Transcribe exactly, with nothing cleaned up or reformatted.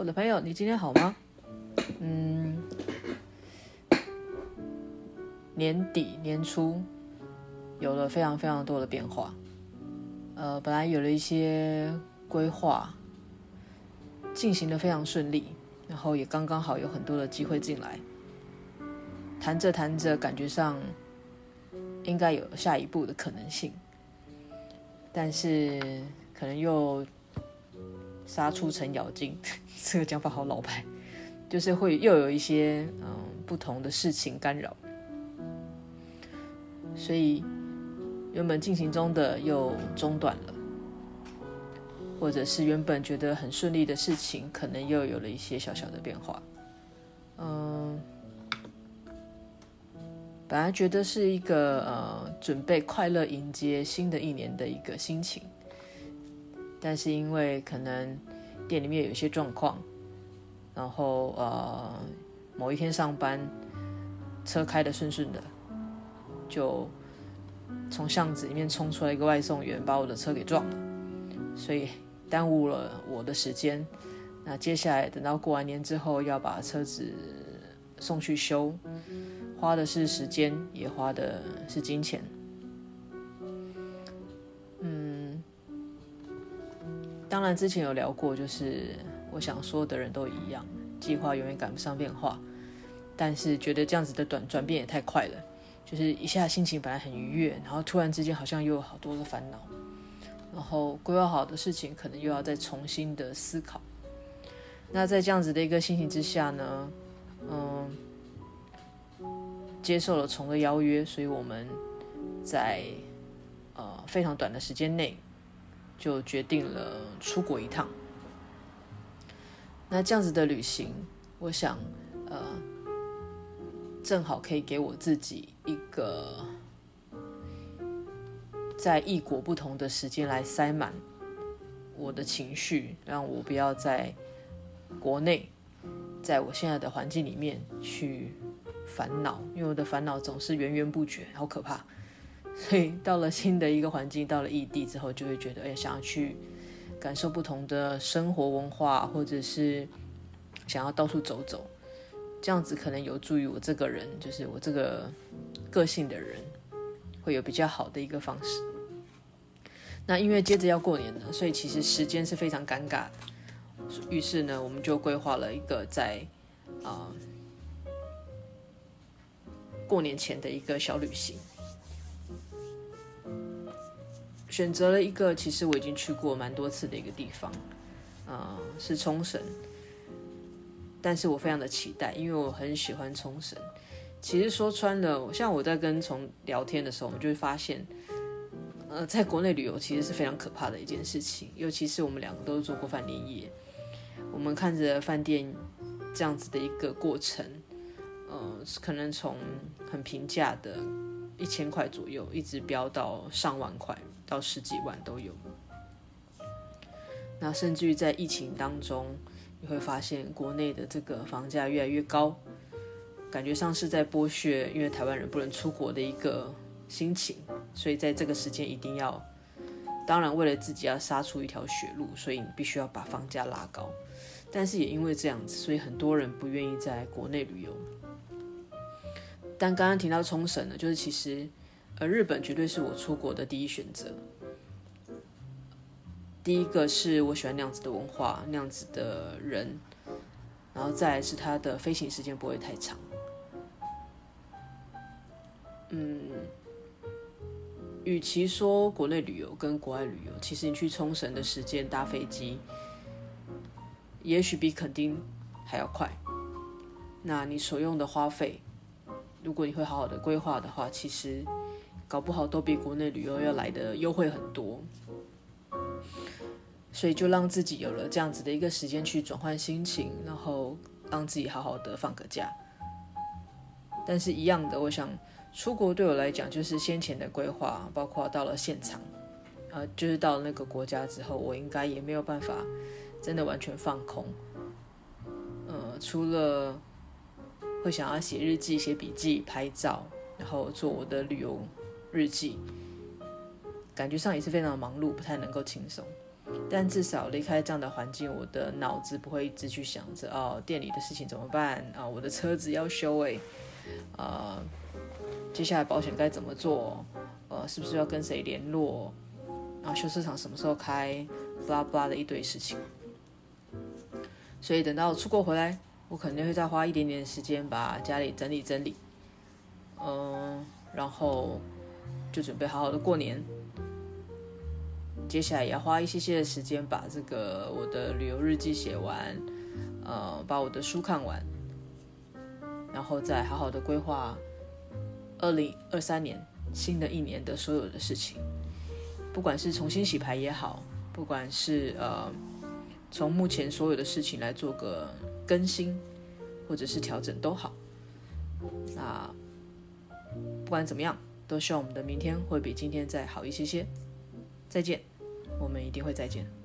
我的朋友，你今天好吗？嗯，年底年初有了非常非常多的变化，呃，本来有了一些规划，进行得非常顺利，然后也刚刚好有很多的机会进来，谈着谈着，感觉上应该有下一步的可能性，但是可能又杀出程咬金，这个讲法好老派，就是会又有一些嗯不同的事情干扰，所以原本进行中的又中断了，或者是原本觉得很顺利的事情，可能又有了一些小小的变化。嗯，本来觉得是一个呃准备快乐迎接新的一年的一个心情，但是因为可能店里面有一些状况，然后呃某一天上班车开得顺顺的，就从巷子里面冲出来一个外送员，把我的车给撞了，所以耽误了我的时间。那接下来等到过完年之后，要把车子送去修，花的是时间，也花的是金钱。嗯，当然之前有聊过，就是我想所有的人都一样，计划永远赶不上变化，但是觉得这样子的转转变也太快了，就是一下心情本来很愉悦，然后突然之间好像又有好多的烦恼，然后规划好的事情可能又要再重新的思考。那在这样子的一个心情之下呢，嗯，接受了虫的邀约，所以我们在呃非常短的时间内就决定了出国一趟。那这样子的旅行，我想呃正好可以给我自己一个在异国不同的时间来塞满我的情绪，让我不要在国内在我现在的环境里面去烦恼，因为我的烦恼总是源源不绝，好可怕。所以到了新的一个环境，到了异地之后，就会觉得哎，想要去感受不同的生活文化，或者是想要到处走走，这样子可能有助于我这个人，就是我这个个性的人，会有比较好的一个方式。那因为接着要过年了，所以其实时间是非常尴尬的。于是呢，我们就规划了一个在、呃、过年前的一个小旅行，选择了一个其实我已经去过蛮多次的一个地方，呃、是冲绳，但是我非常的期待，因为我很喜欢冲绳。其实说穿了，像我在跟虫聊天的时候，我们就会发现呃，在国内旅游其实是非常可怕的一件事情，尤其是我们两个都做过饭店业，我们看着饭店这样子的一个过程，呃，可能从很平价的一千块左右，一直飙到上万块，到十几万都有。那甚至于在疫情当中，你会发现国内的这个房价越来越高，感觉上是在剥削，因为台湾人不能出国的一个心情，所以在这个时间一定要，当然为了自己要杀出一条血路，所以你必须要把房价拉高。但是也因为这样子，所以很多人不愿意在国内旅游。但刚刚提到冲绳呢，就是其实呃日本绝对是我出国的第一选择。第一个是我喜欢那样子的文化，那样子的人，然后再来是它的飞行时间不会太长。嗯，与其说国内旅游跟国外旅游，其实你去冲绳的时间搭飞机，也许比垦丁还要快。那你所用的花费，如果你会好好的规划的话，其实搞不好都比国内旅游要来的优惠很多。所以就让自己有了这样子的一个时间去转换心情，然后让自己好好的放个假。但是一样的，我想出国对我来讲就是先前的规划，包括到了现场，呃，就是到了那个国家之后，我应该也没有办法真的完全放空。呃，除了会想要写日记、写笔记、拍照，然后做我的旅游日记，感觉上也是非常忙碌，不太能够轻松。 但至少离开这样的环境，我的脑子不会一直去想着哦，店里的事情怎么办啊？我的车子要修诶，呃，接下来保险该怎么做？呃，是不是要跟谁联络？啊，修车厂什么时候开？巴拉巴拉的一堆事情。所以等到出国回来，我可能会再花一点点的时间把家里整理整理，嗯，然后就准备好好的过年。接下来也要花一些些的时间把这个我的旅游日记写完，呃，把我的书看完，然后再好好的规划二零二三年新的一年的所有的事情，不管是重新洗牌也好，不管是呃从目前所有的事情来做个更新或者是调整都好。那不管怎么样，都希望我们的明天会比今天再好一些些。再见，我们一定会再见。